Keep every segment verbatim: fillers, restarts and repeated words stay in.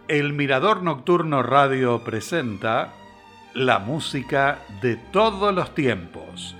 El Mirador Nocturno Radio presenta la música de todos los tiempos.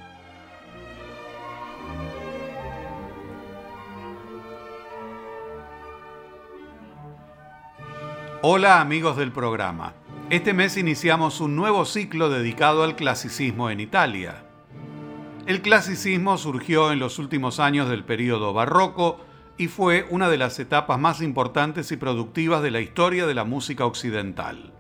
Hola amigos del programa. Este mes iniciamos un nuevo ciclo dedicado al clasicismo en Italia. El clasicismo surgió en los últimos años del período barroco y fue una de las etapas más importantes y productivas de la historia de la música occidental.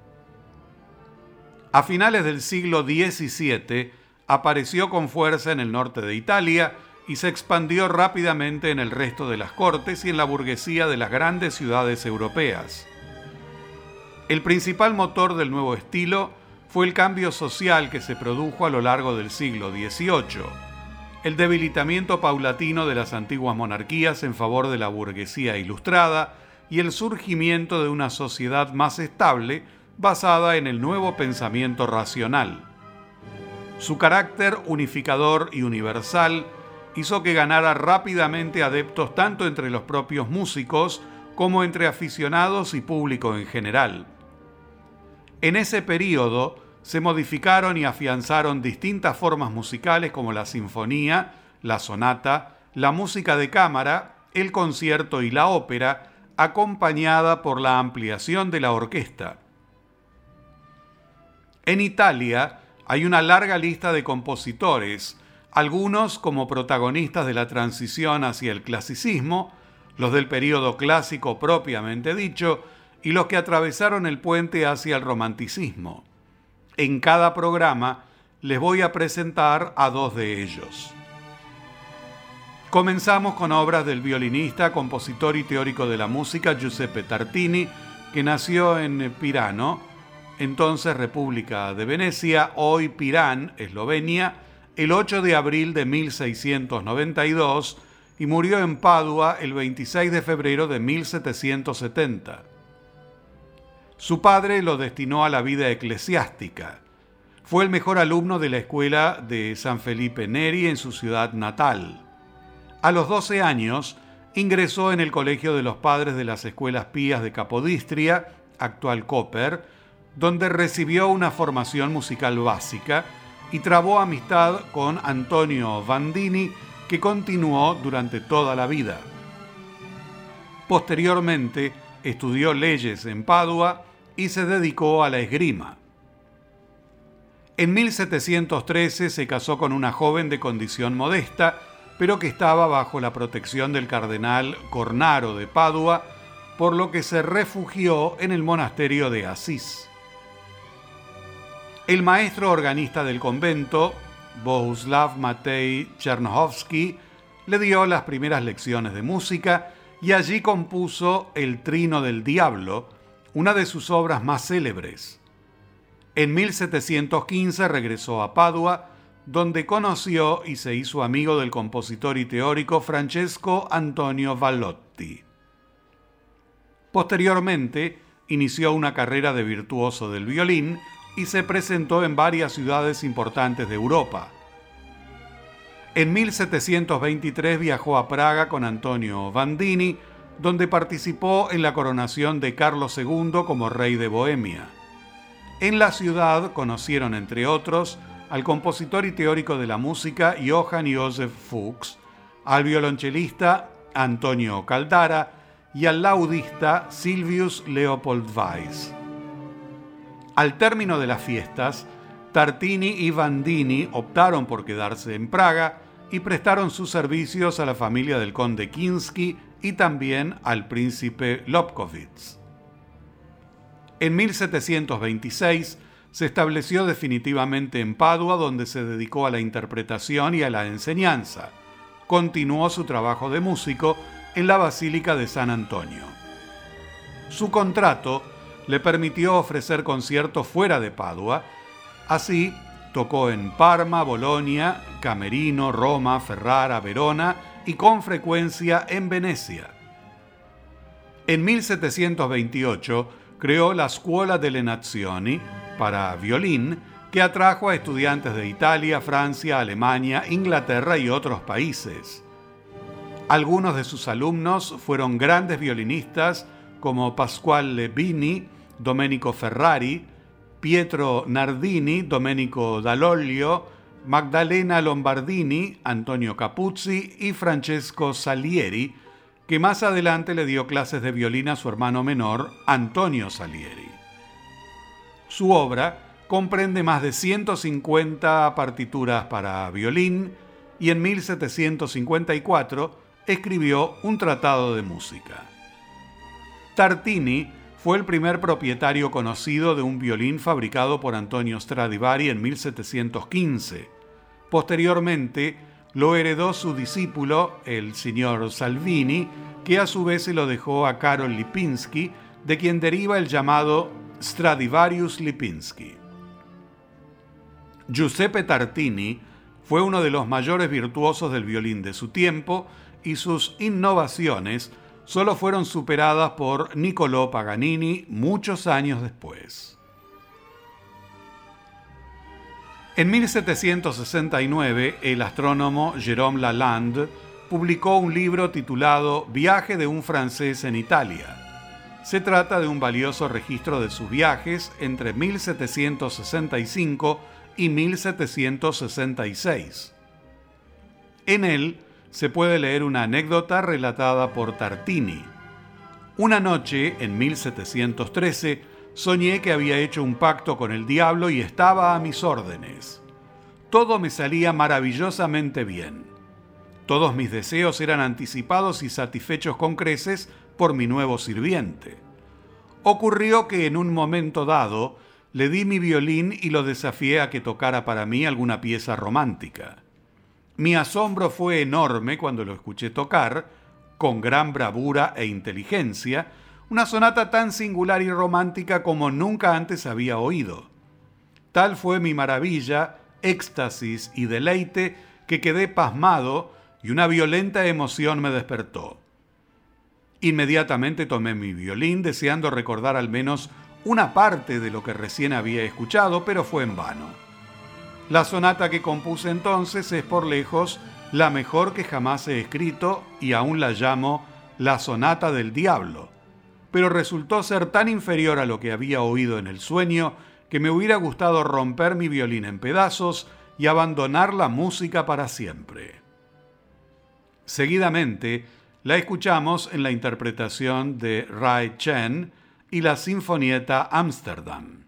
A finales del siglo diecisiete apareció con fuerza en el norte de Italia y se expandió rápidamente en el resto de las cortes y en la burguesía de las grandes ciudades europeas. El principal motor del nuevo estilo fue el cambio social que se produjo a lo largo del siglo dieciocho, el debilitamiento paulatino de las antiguas monarquías en favor de la burguesía ilustrada y el surgimiento de una sociedad más estable basada en el nuevo pensamiento racional. Su carácter unificador y universal hizo que ganara rápidamente adeptos tanto entre los propios músicos como entre aficionados y público en general. En ese período se modificaron y afianzaron distintas formas musicales como la sinfonía, la sonata, la música de cámara, el concierto y la ópera, acompañada por la ampliación de la orquesta. En Italia hay una larga lista de compositores, algunos como protagonistas de la transición hacia el clasicismo, los del período clásico propiamente dicho, y los que atravesaron el puente hacia el romanticismo. En cada programa les voy a presentar a dos de ellos. Comenzamos con obras del violinista, compositor y teórico de la música Giuseppe Tartini, que nació en Pirano, entonces República de Venecia, hoy Pirán, Eslovenia, el ocho de abril de mil seiscientos noventa y dos y murió en Padua el veintiséis de febrero de mil setecientos setenta. Su padre lo destinó a la vida eclesiástica. Fue el mejor alumno de la escuela de San Felipe Neri en su ciudad natal. A los doce años, ingresó en el Colegio de los Padres de las Escuelas Pías de Capodistria, actual Koper, donde recibió una formación musical básica y trabó amistad con Antonio Bandini, que continuó durante toda la vida. Posteriormente, estudió leyes en Padua y se dedicó a la esgrima. En mil setecientos trece se casó con una joven de condición modesta, pero que estaba bajo la protección del cardenal Cornaro de Padua, por lo que se refugió en el monasterio de Asís. El maestro organista del convento, Bohuslav Matei Chernohovsky, le dio las primeras lecciones de música y allí compuso El Trino del Diablo, una de sus obras más célebres. En mil setecientos quince regresó a Padua, donde conoció y se hizo amigo del compositor y teórico Francesco Antonio Vallotti. Posteriormente, inició una carrera de virtuoso del violín y se presentó en varias ciudades importantes de Europa. En mil setecientos veintitrés viajó a Praga con Antonio Bandini, donde participó en la coronación de Carlos segundo como rey de Bohemia. En la ciudad conocieron, entre otros, al compositor y teórico de la música Johann Joseph Fuchs, al violonchelista Antonio Caldara y al laudista Silvius Leopold Weiss. Al término de las fiestas, Tartini y Bandini optaron por quedarse en Praga y prestaron sus servicios a la familia del conde Kinsky y también al príncipe Lobkowitz. En mil setecientos veintiséis se estableció definitivamente en Padua, donde se dedicó a la interpretación y a la enseñanza. Continuó su trabajo de músico en la Basílica de San Antonio. Su contrato le permitió ofrecer conciertos fuera de Padua. Así, tocó en Parma, Bolonia, Camerino, Roma, Ferrara, Verona y con frecuencia en Venecia. En mil setecientos veintiocho creó la Scuola delle Nazioni para violín, que atrajo a estudiantes de Italia, Francia, Alemania, Inglaterra y otros países. Algunos de sus alumnos fueron grandes violinistas como Pasquale Bini, Domenico Ferrari, Pietro Nardini, Domenico Dall'Oglio, Magdalena Lombardini, Antonio Capuzzi y Francesco Salieri, que más adelante le dio clases de violín a su hermano menor, Antonio Salieri. Su obra comprende más de ciento cincuenta partituras para violín y en mil setecientos cincuenta y cuatro escribió un tratado de música. Tartini fue el primer propietario conocido de un violín fabricado por Antonio Stradivari en mil setecientos quince. Posteriormente lo heredó su discípulo, el signor Salvini, que a su vez se lo dejó a Karol Lipinski, de quien deriva el llamado Stradivarius Lipinski. Giuseppe Tartini fue uno de los mayores virtuosos del violín de su tiempo y sus innovaciones solo fueron superadas por Niccolò Paganini muchos años después. En mil setecientos sesenta y nueve, el astrónomo Jérôme Lalande publicó un libro titulado Viaje de un francés en Italia. Se trata de un valioso registro de sus viajes entre mil setecientos sesenta y cinco y mil setecientos sesenta y seis. En él se puede leer una anécdota relatada por Tartini. Una noche, en mil setecientos trece, soñé que había hecho un pacto con el diablo y estaba a mis órdenes. Todo me salía maravillosamente bien. Todos mis deseos eran anticipados y satisfechos con creces por mi nuevo sirviente. Ocurrió que en un momento dado le di mi violín y lo desafié a que tocara para mí alguna pieza romántica. Mi asombro fue enorme cuando lo escuché tocar, con gran bravura e inteligencia, una sonata tan singular y romántica como nunca antes había oído. Tal fue mi maravilla, éxtasis y deleite que quedé pasmado y una violenta emoción me despertó. Inmediatamente tomé mi violín deseando recordar al menos una parte de lo que recién había escuchado, pero fue en vano. La sonata que compuse entonces es por lejos la mejor que jamás he escrito y aún la llamo la Sonata del Diablo, pero resultó ser tan inferior a lo que había oído en el sueño que me hubiera gustado romper mi violín en pedazos y abandonar la música para siempre. Seguidamente, la escuchamos en la interpretación de Rai Chen y la Sinfonietta Amsterdam.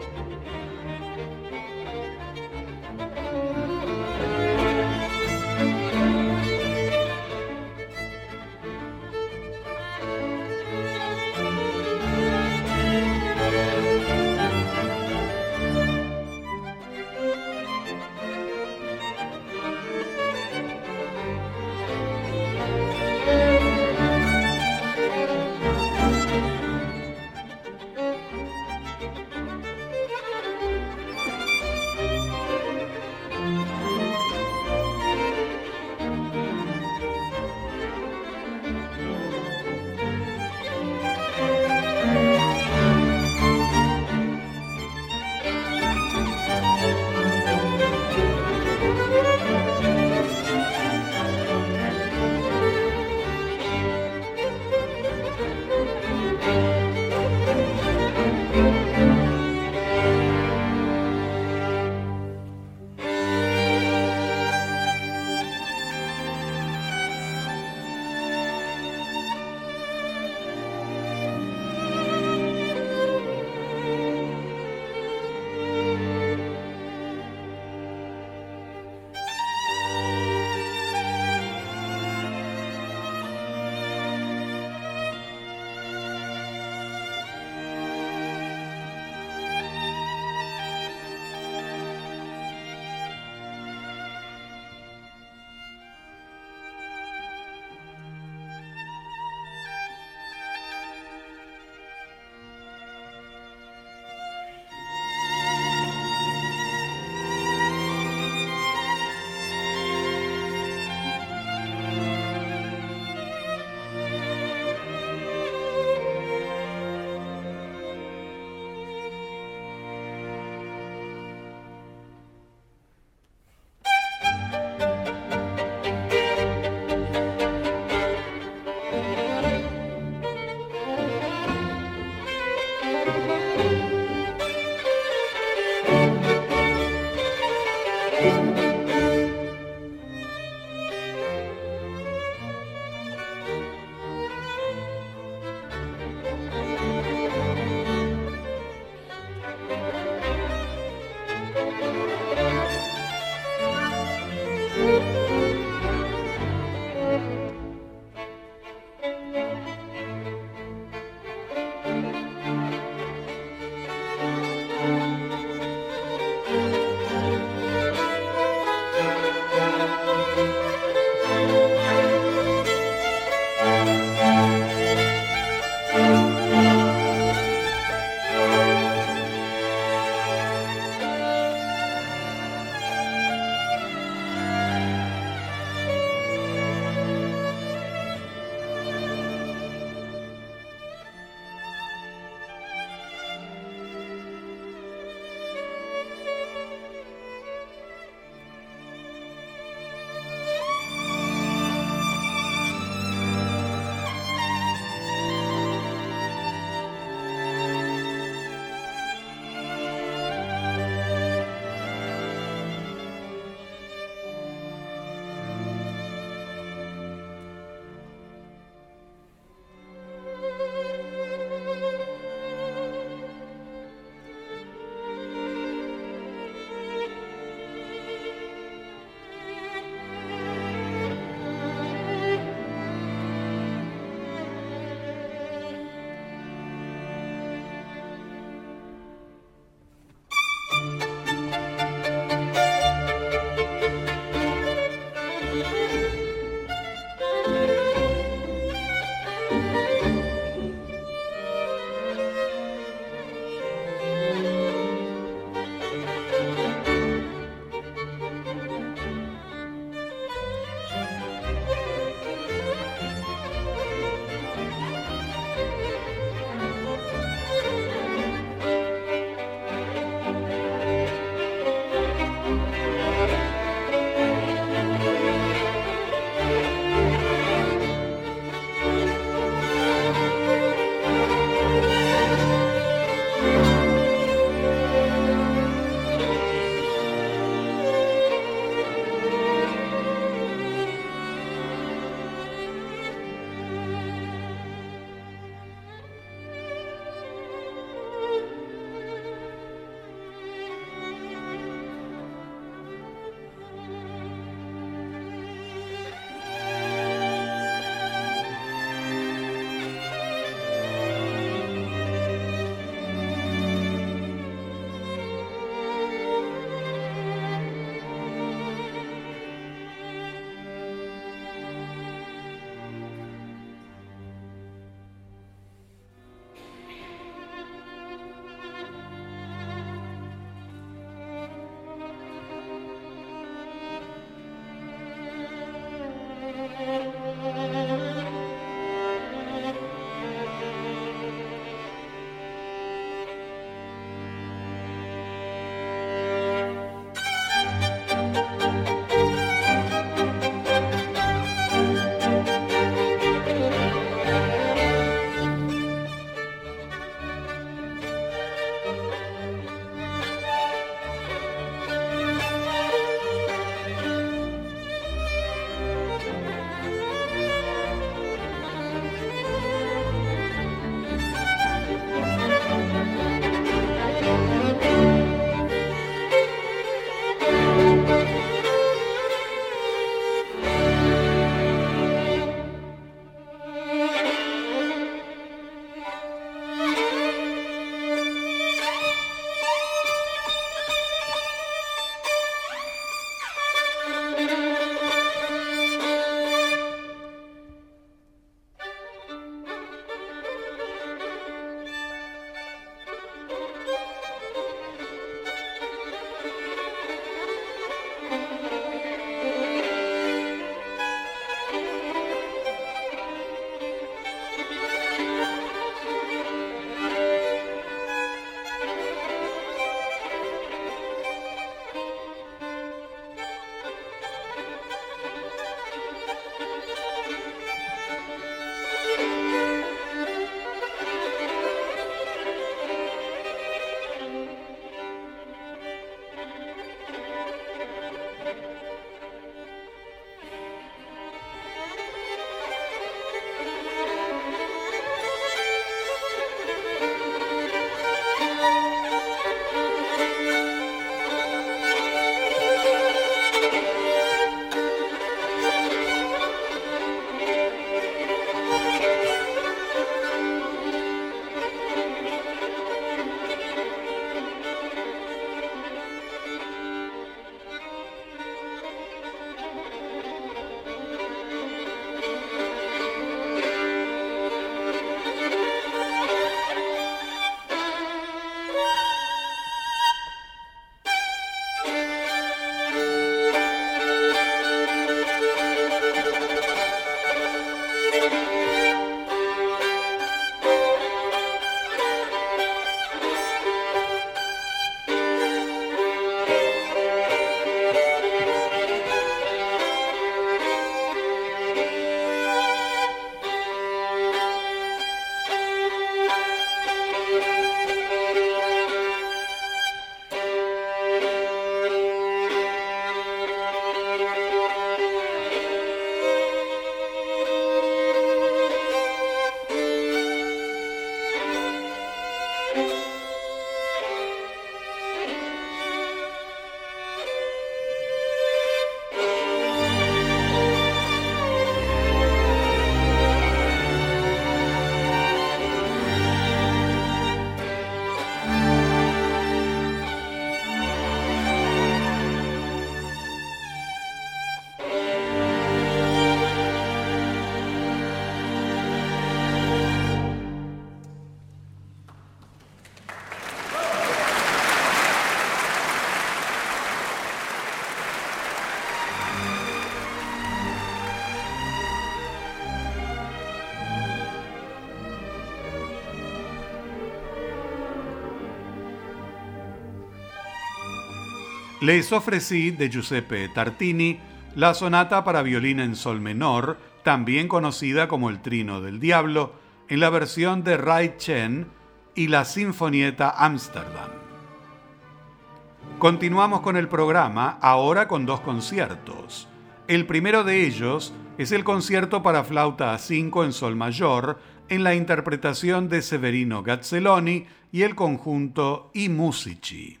Les ofrecí de Giuseppe Tartini la sonata para violín en sol menor, también conocida como el Trino del Diablo, en la versión de Rai Chen, y la Sinfonietta Amsterdam. Continuamos con el programa, ahora con dos conciertos. El primero de ellos es el concierto para flauta a cinco en sol mayor, en la interpretación de Severino Gazzelloni y el conjunto I Musici.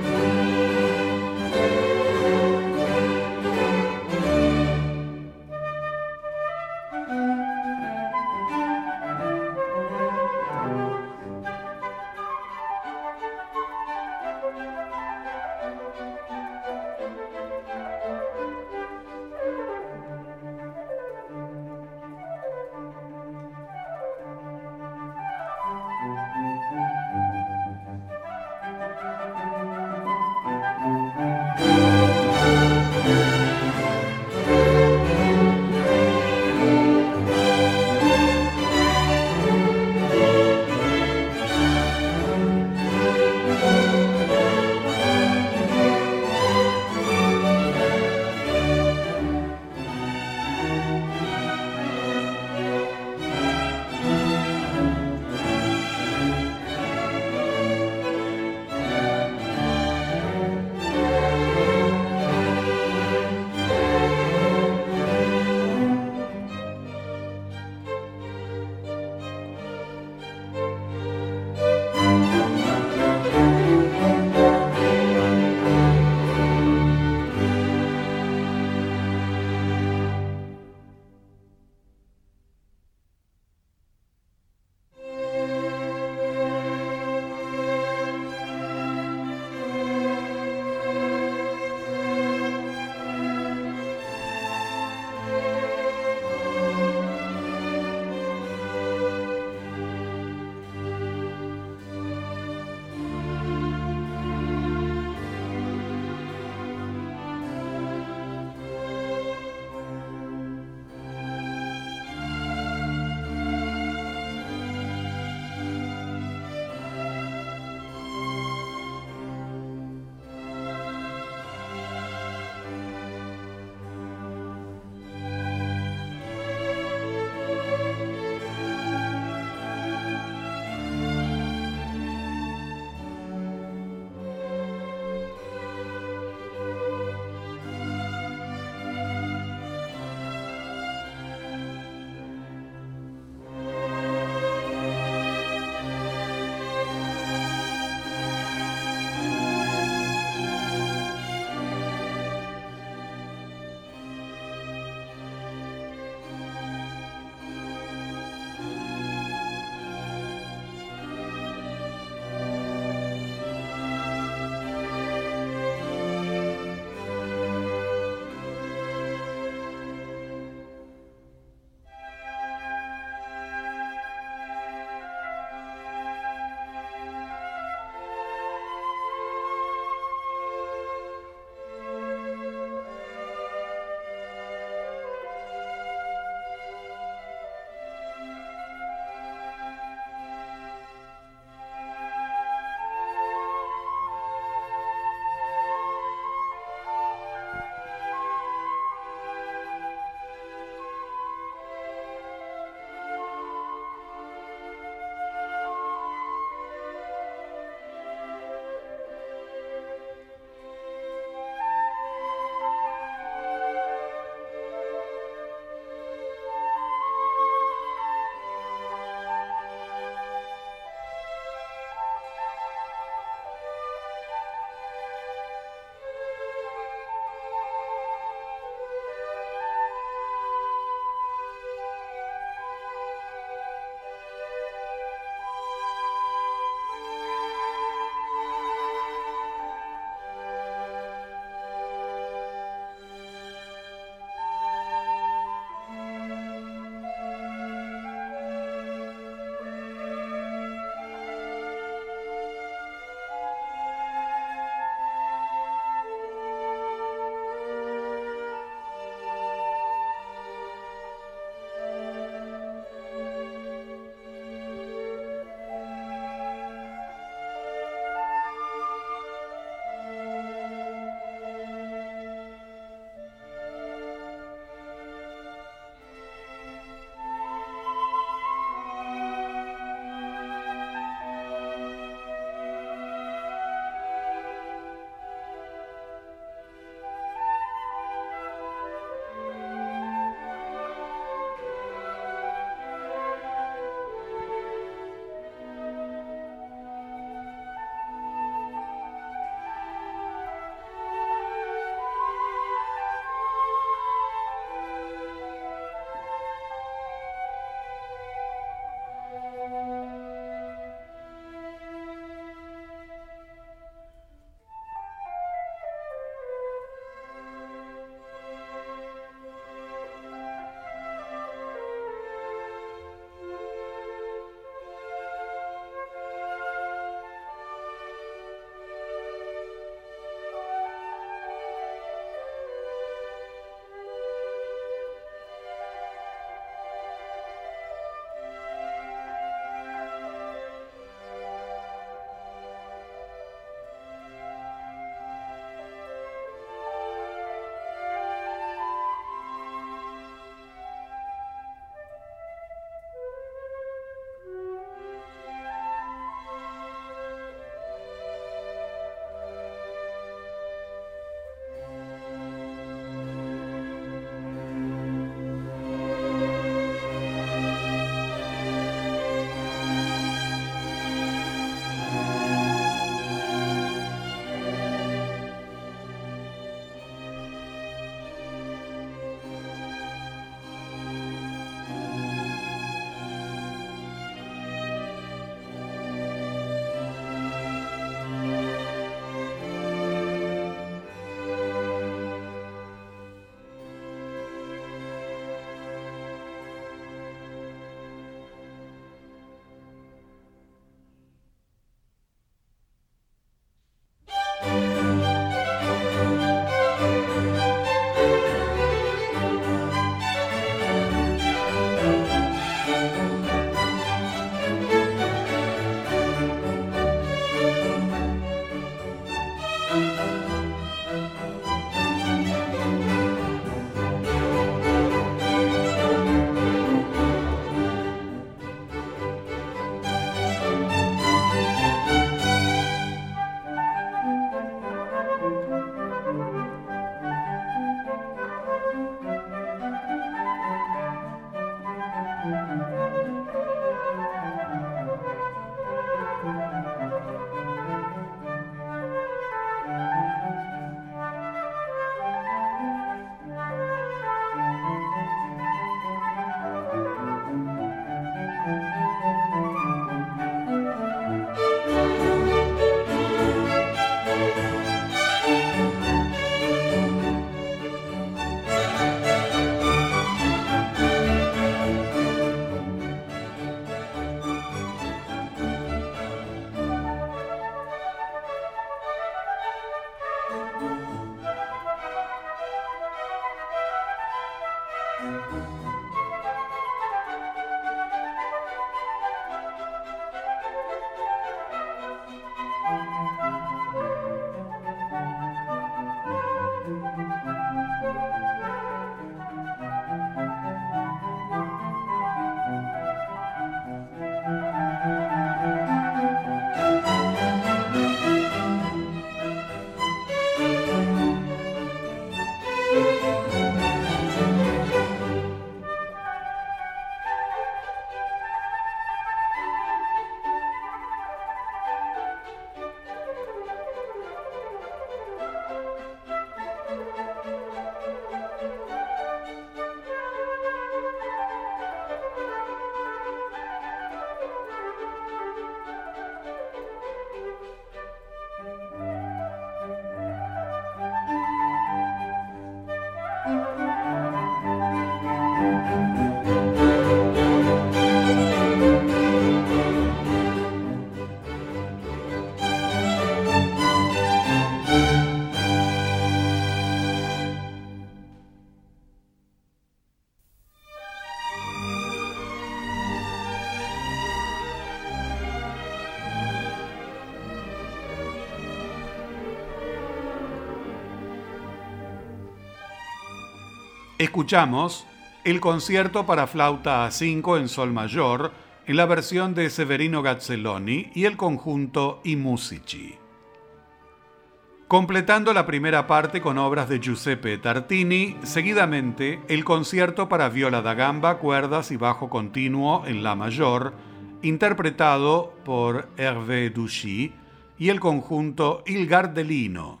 Escuchamos el concierto para flauta a cinco en sol mayor en la versión de Severino Gazzelloni y el conjunto I Musici. Completando la primera parte con obras de Giuseppe Tartini, seguidamente el concierto para viola da gamba, cuerdas y bajo continuo en la mayor, interpretado por Hervé Duchy y el conjunto Il Gardelino.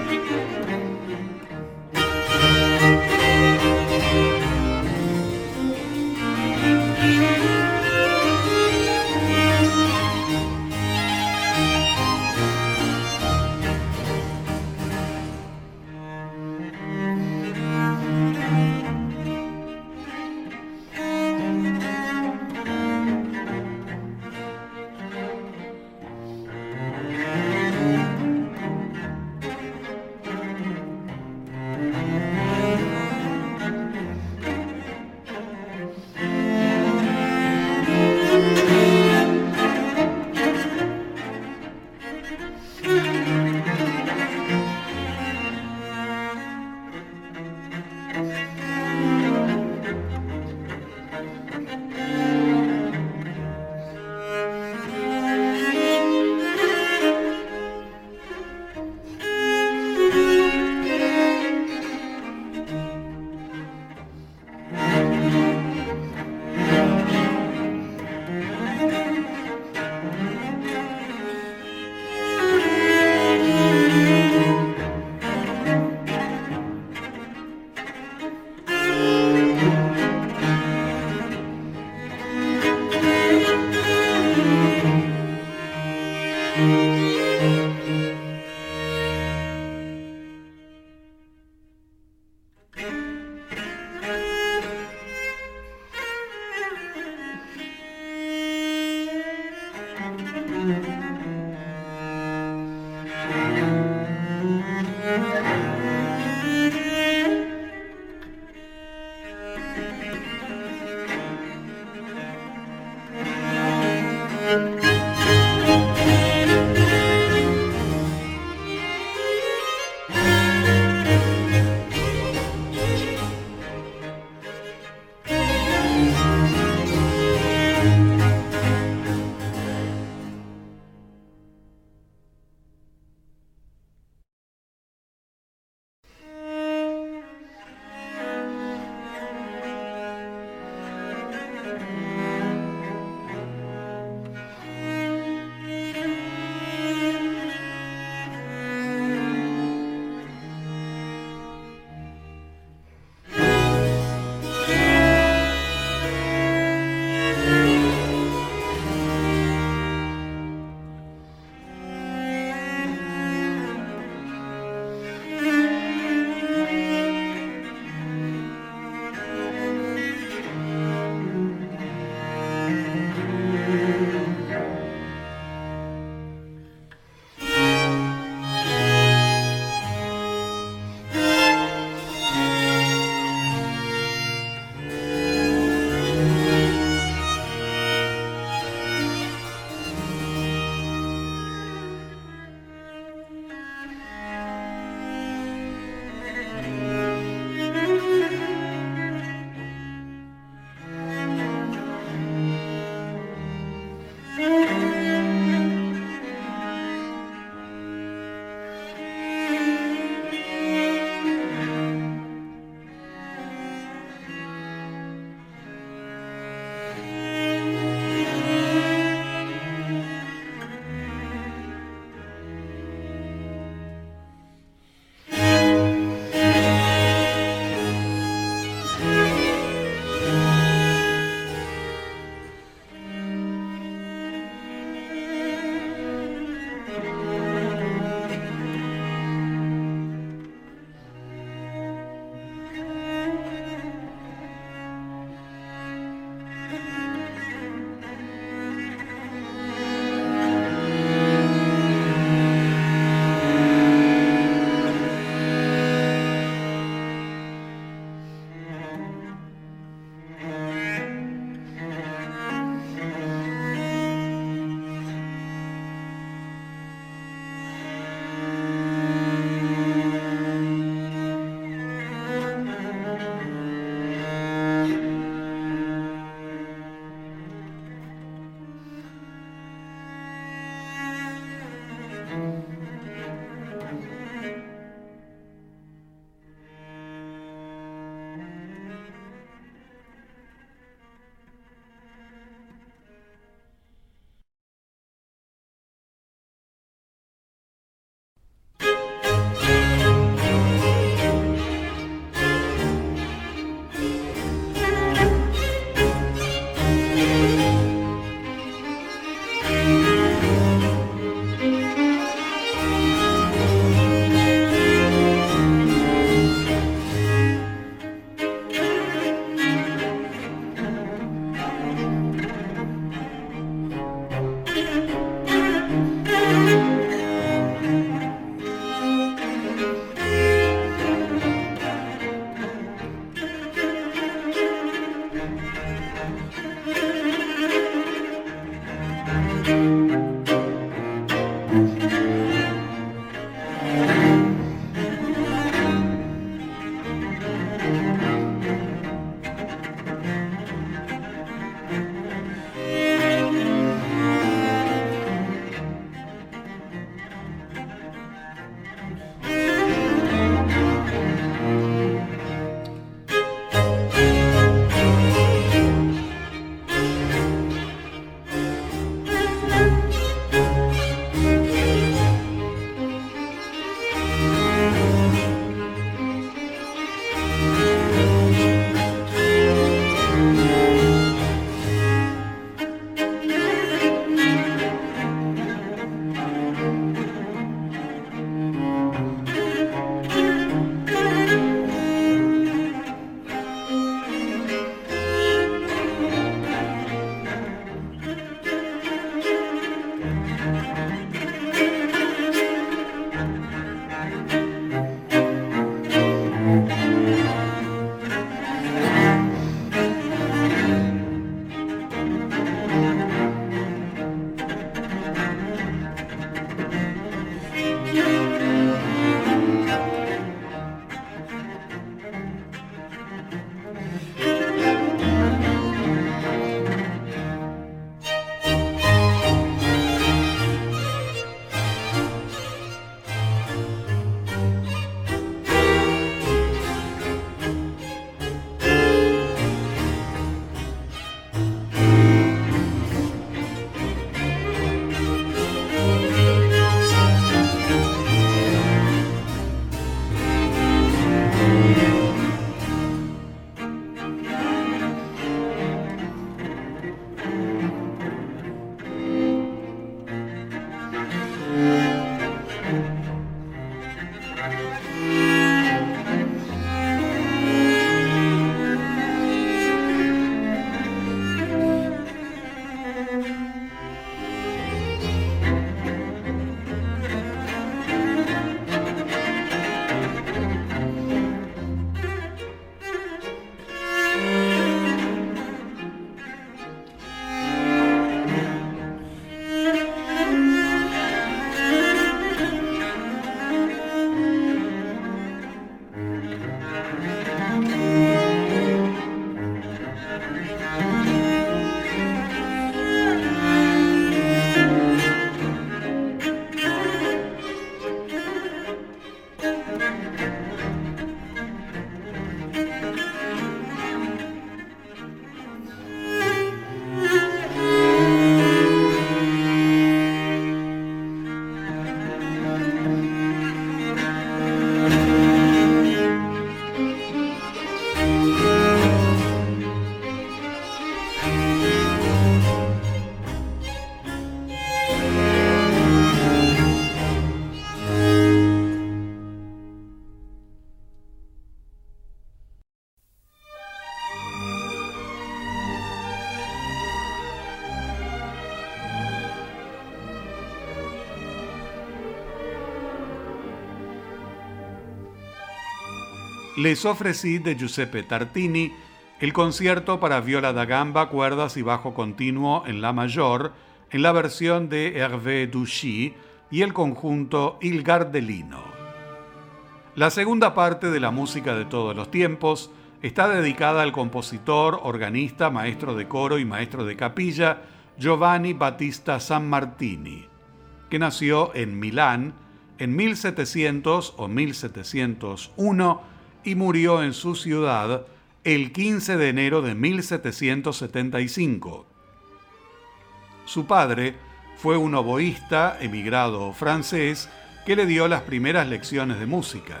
Les Ofrecí de Giuseppe Tartini, el concierto para viola da gamba, cuerdas y bajo continuo en la mayor, en la versión de Hervé Duchy, y el conjunto Il Gardelino. La segunda parte de la música de todos los tiempos está dedicada al compositor, organista, maestro de coro y maestro de capilla Giovanni Battista Sammartini, que nació en Milán en mil setecientos o mil setecientos uno y murió en su ciudad el quince de enero de mil setecientos setenta y cinco. Su padre fue un oboísta emigrado francés que le dio las primeras lecciones de música.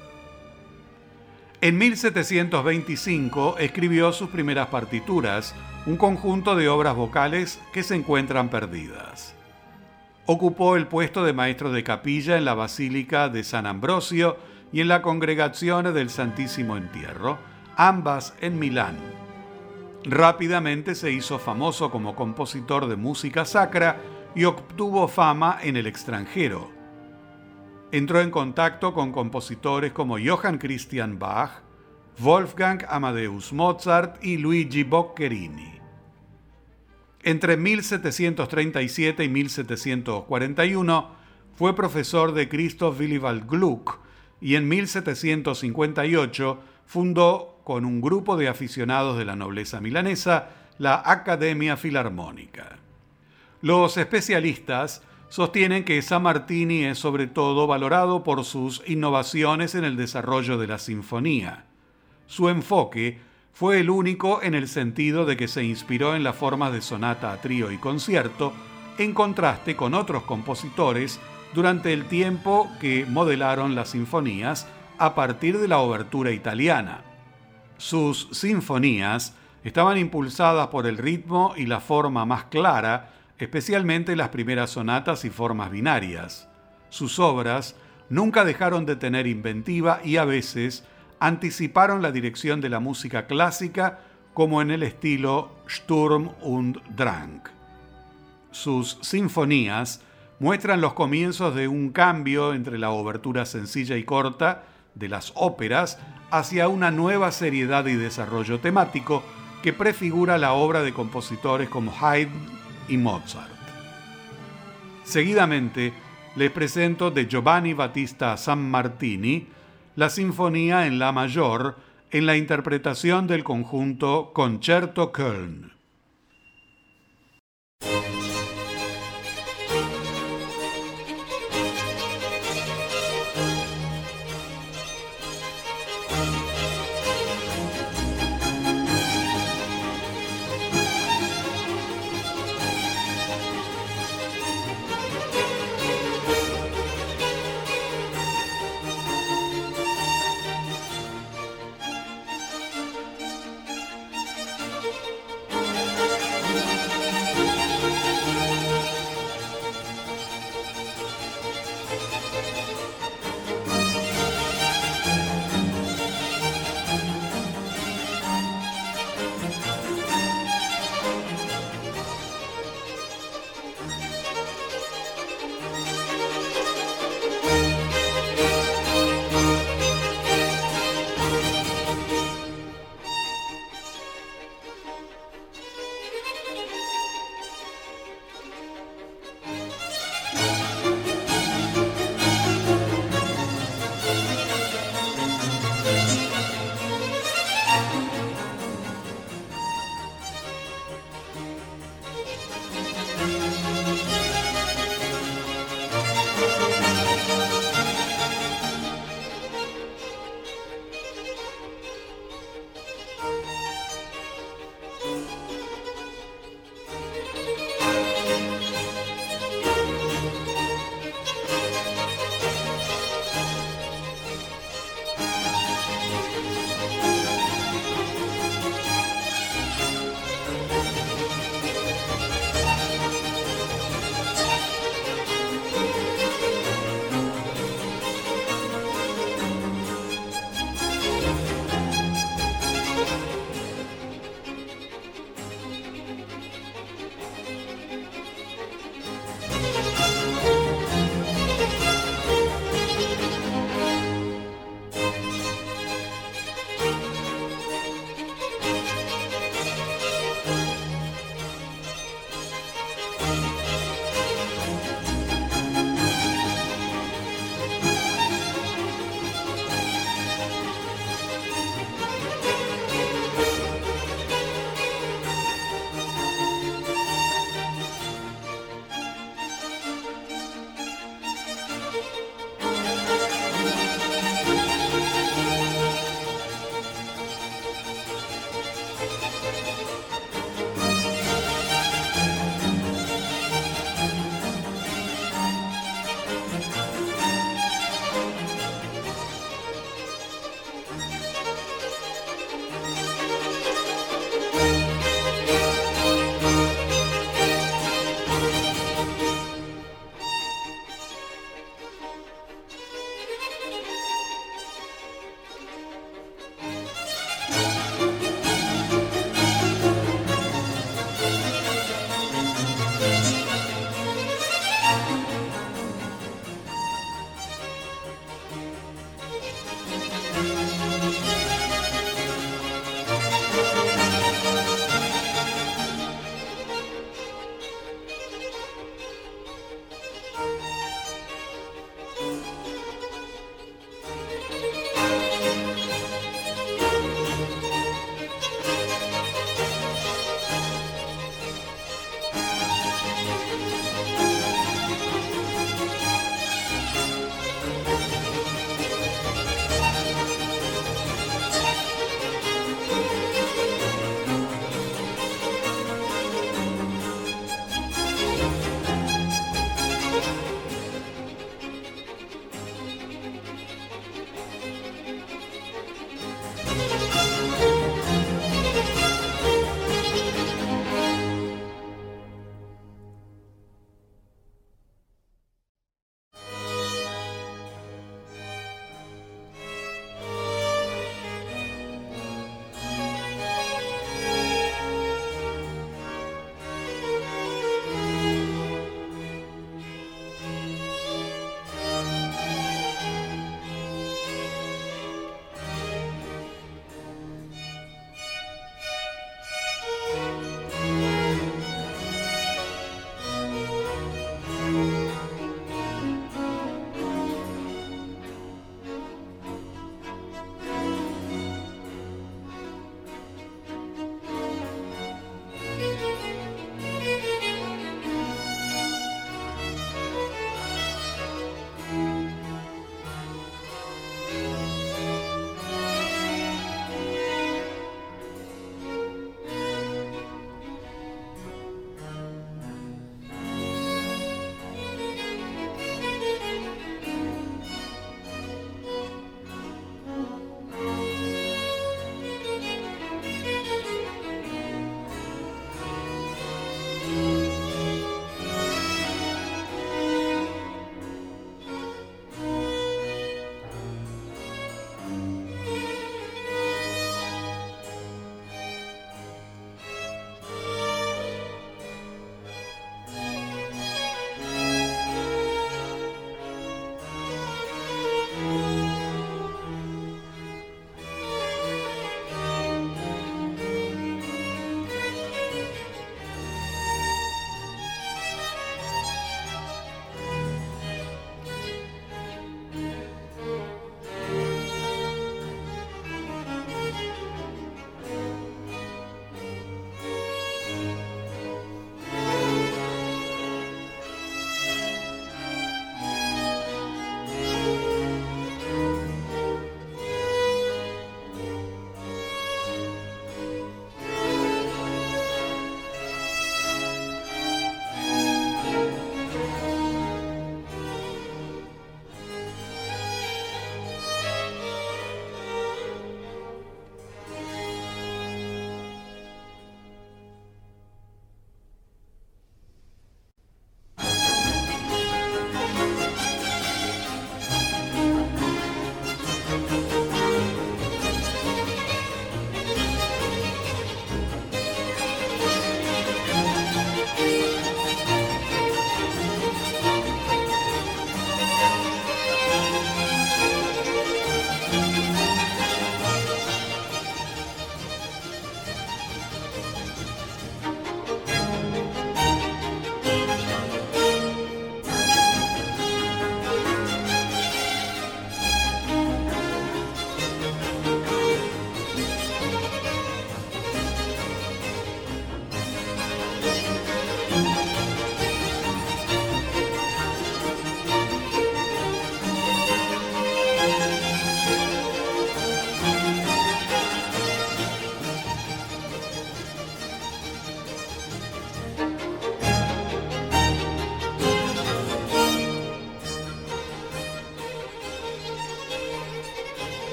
En mil setecientos veinticinco escribió sus primeras partituras, un conjunto de obras vocales que se encuentran perdidas. Ocupó el puesto de maestro de capilla en la Basílica de San Ambrosio y en la Congregazione del Santísimo Entierro, ambas en Milán. Rápidamente se hizo famoso como compositor de música sacra y obtuvo fama en el extranjero. Entró en contacto con compositores como Johann Christian Bach, Wolfgang Amadeus Mozart y Luigi Boccherini. Entre mil setecientos treinta y siete y mil setecientos cuarenta y uno fue profesor de Christoph Willibald Gluck y en mil setecientos cincuenta y ocho fundó con un grupo de aficionados de la nobleza milanesa la Academia Filarmónica. Los especialistas sostienen que Sammartini es sobre todo valorado por sus innovaciones en el desarrollo de la sinfonía. Su enfoque fue el único en el sentido de que se inspiró en las formas de sonata a trío y concierto, en contraste con otros compositores durante el tiempo que modelaron las sinfonías a partir de la obertura italiana. Sus sinfonías estaban impulsadas por el ritmo y la forma más clara, especialmente las primeras sonatas y formas binarias. Sus obras nunca dejaron de tener inventiva y a veces anticiparon la dirección de la música clásica, como en el estilo Sturm und Drang. Sus sinfonías muestran los comienzos de un cambio entre la obertura sencilla y corta de las óperas hacia una nueva seriedad y desarrollo temático que prefigura la obra de compositores como Haydn y Mozart. Seguidamente les presento de Giovanni Battista Sammartini la Sinfonía en La mayor en la interpretación del conjunto Concerto Köln.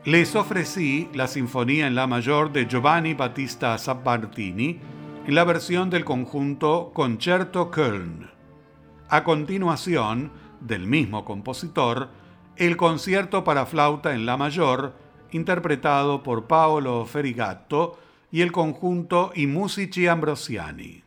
Les ofrecí la Sinfonía en La mayor de Giovanni Battista Sabbatini en la versión del conjunto Concerto Köln. A continuación, del mismo compositor, el concierto para flauta en La mayor, interpretado por Paolo Ferigatto y el conjunto I Musici Ambrosiani.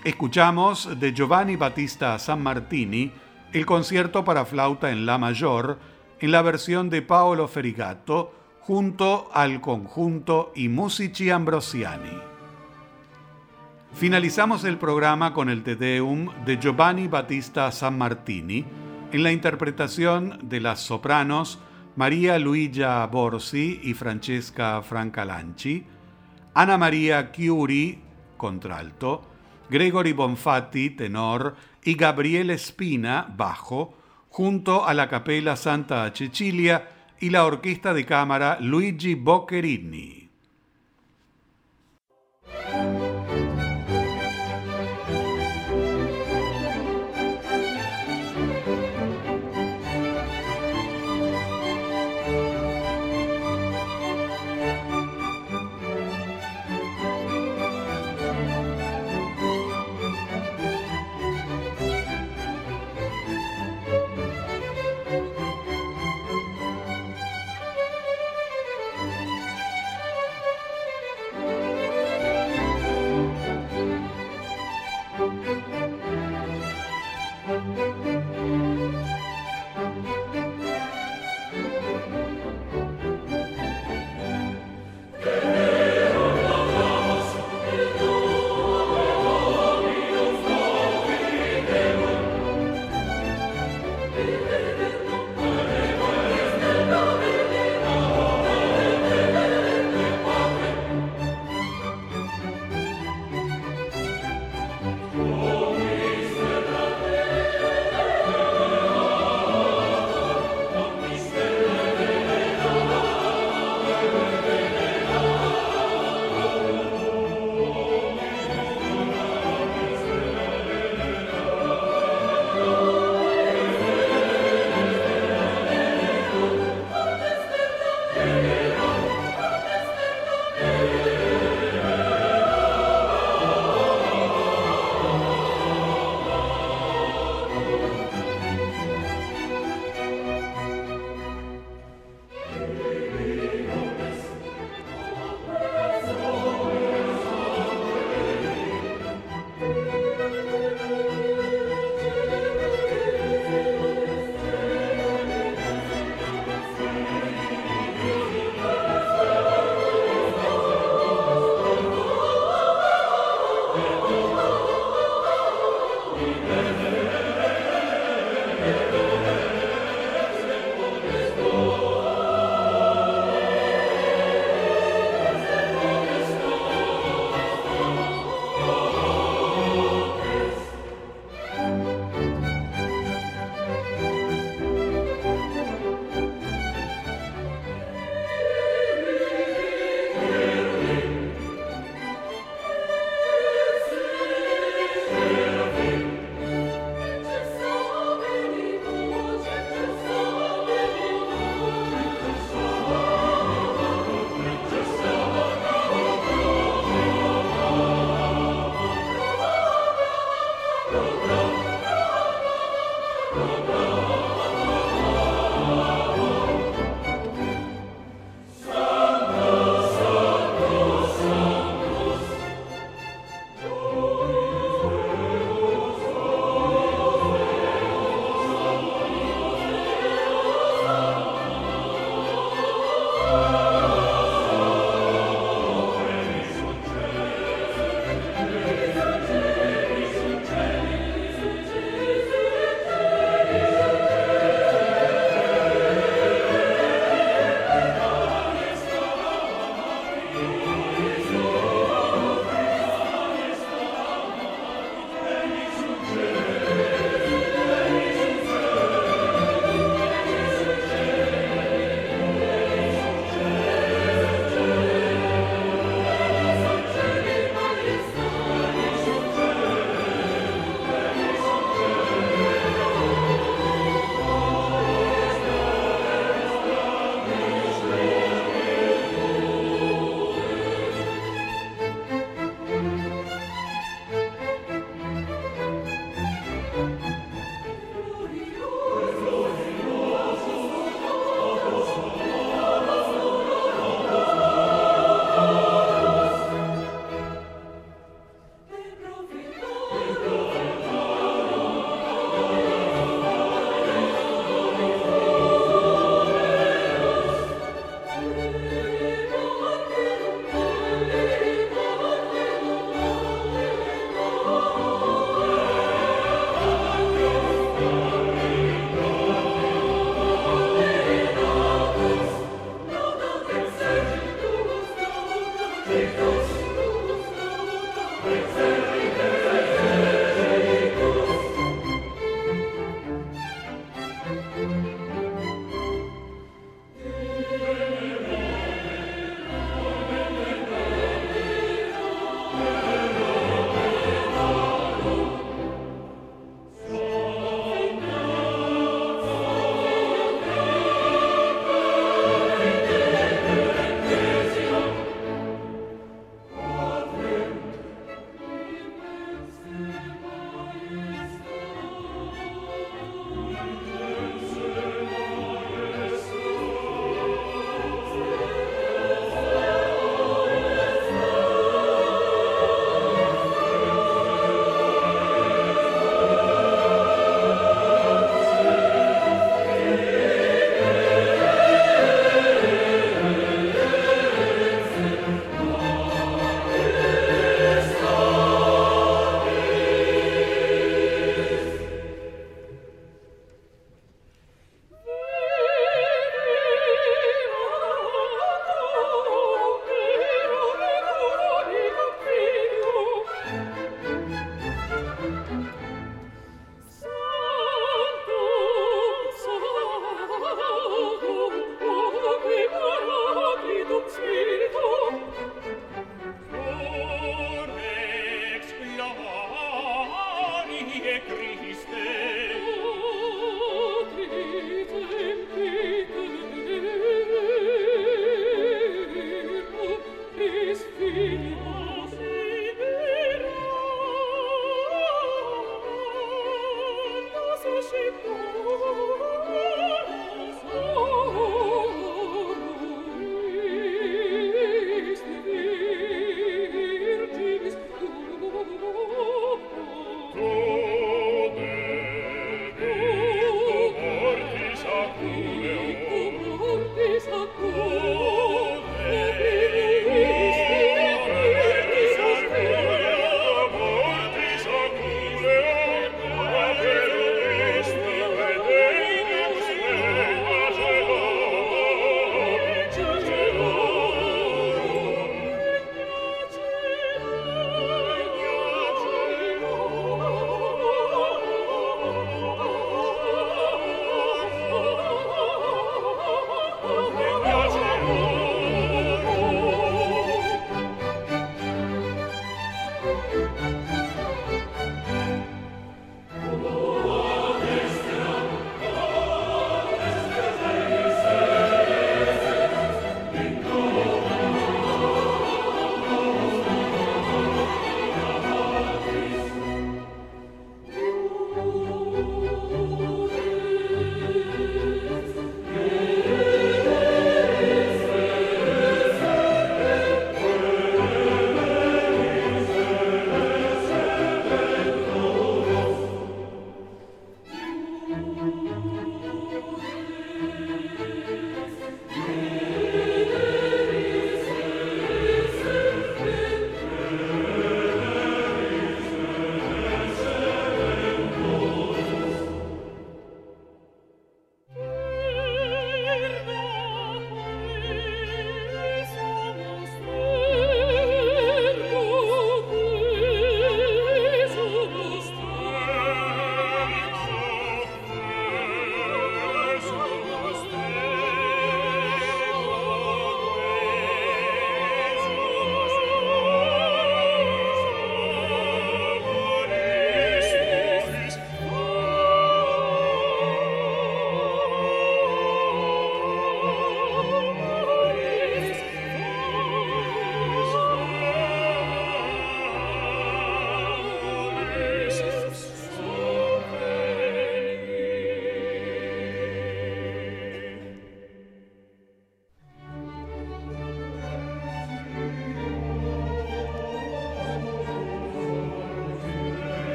Escuchamos de Giovanni Battista Sammartini el concierto para flauta en la mayor en la versión de Paolo Ferigato junto al conjunto I Musici Ambrosiani. Finalizamos el programa con el Te Deum de Giovanni Battista Sammartini en la interpretación de las sopranos María Luigia Borsi y Francesca Francalanci, Ana Maria Chiuri, contralto, Gregory Bonfatti, tenor, y Gabriele Spina, bajo, junto a la Capella Santa Cecilia y la orquesta de cámara Luigi Boccherini.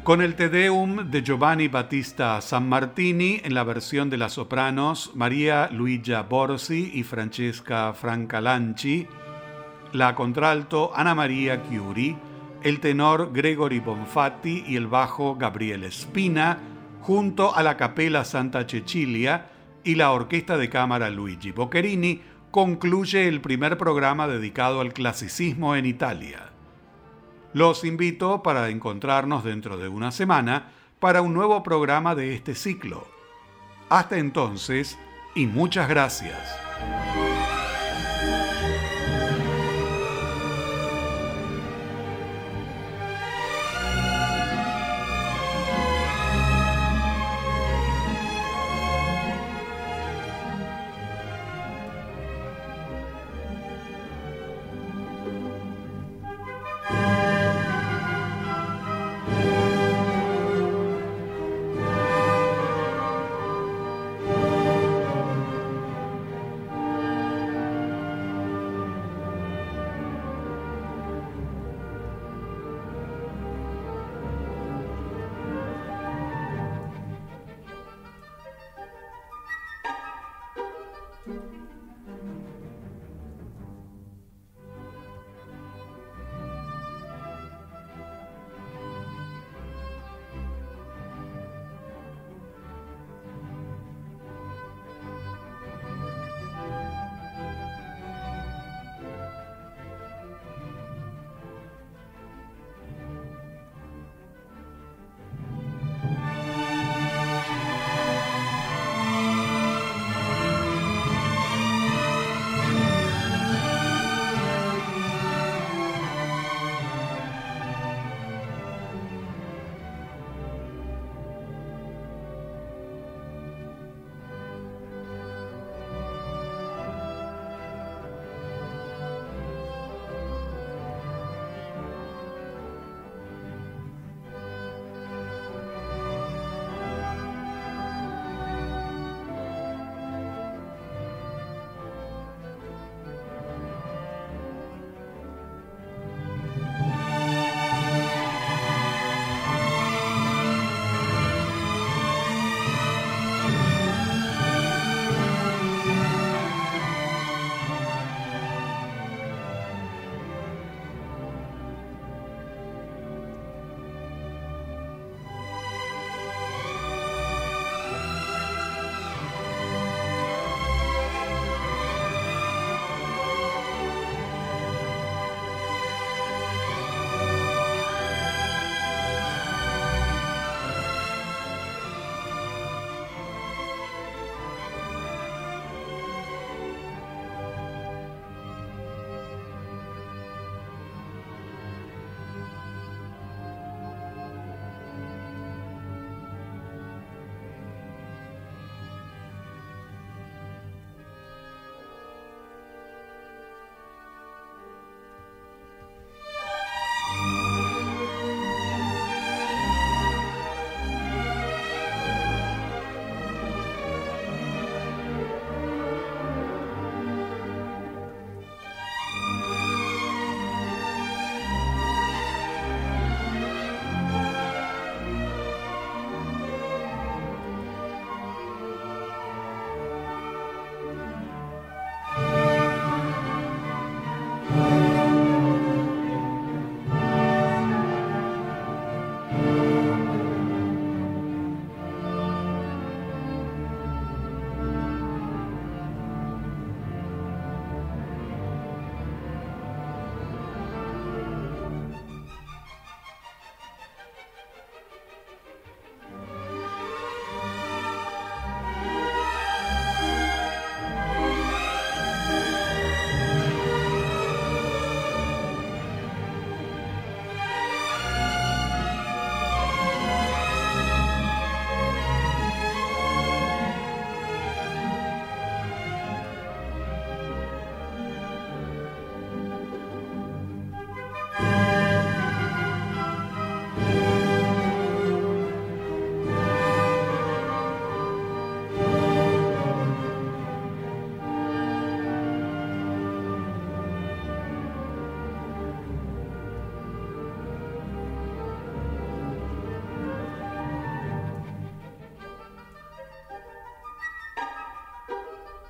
con el Te Deum de Giovanni Battista Sammartini en la versión de las sopranos María Luigia Borsi y Francesca Francalanci, la contralto Ana María Chiuri, el tenor Gregory Bonfatti y el bajo Gabriele Spina, junto a la Capella Santa Cecilia y la Orquesta de Cámara Luigi Boccherini, concluye el primer programa dedicado al clasicismo en Italia. Los invito para encontrarnos dentro de una semana para un nuevo programa de este ciclo. Hasta entonces, y muchas gracias.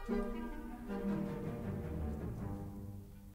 Thank you.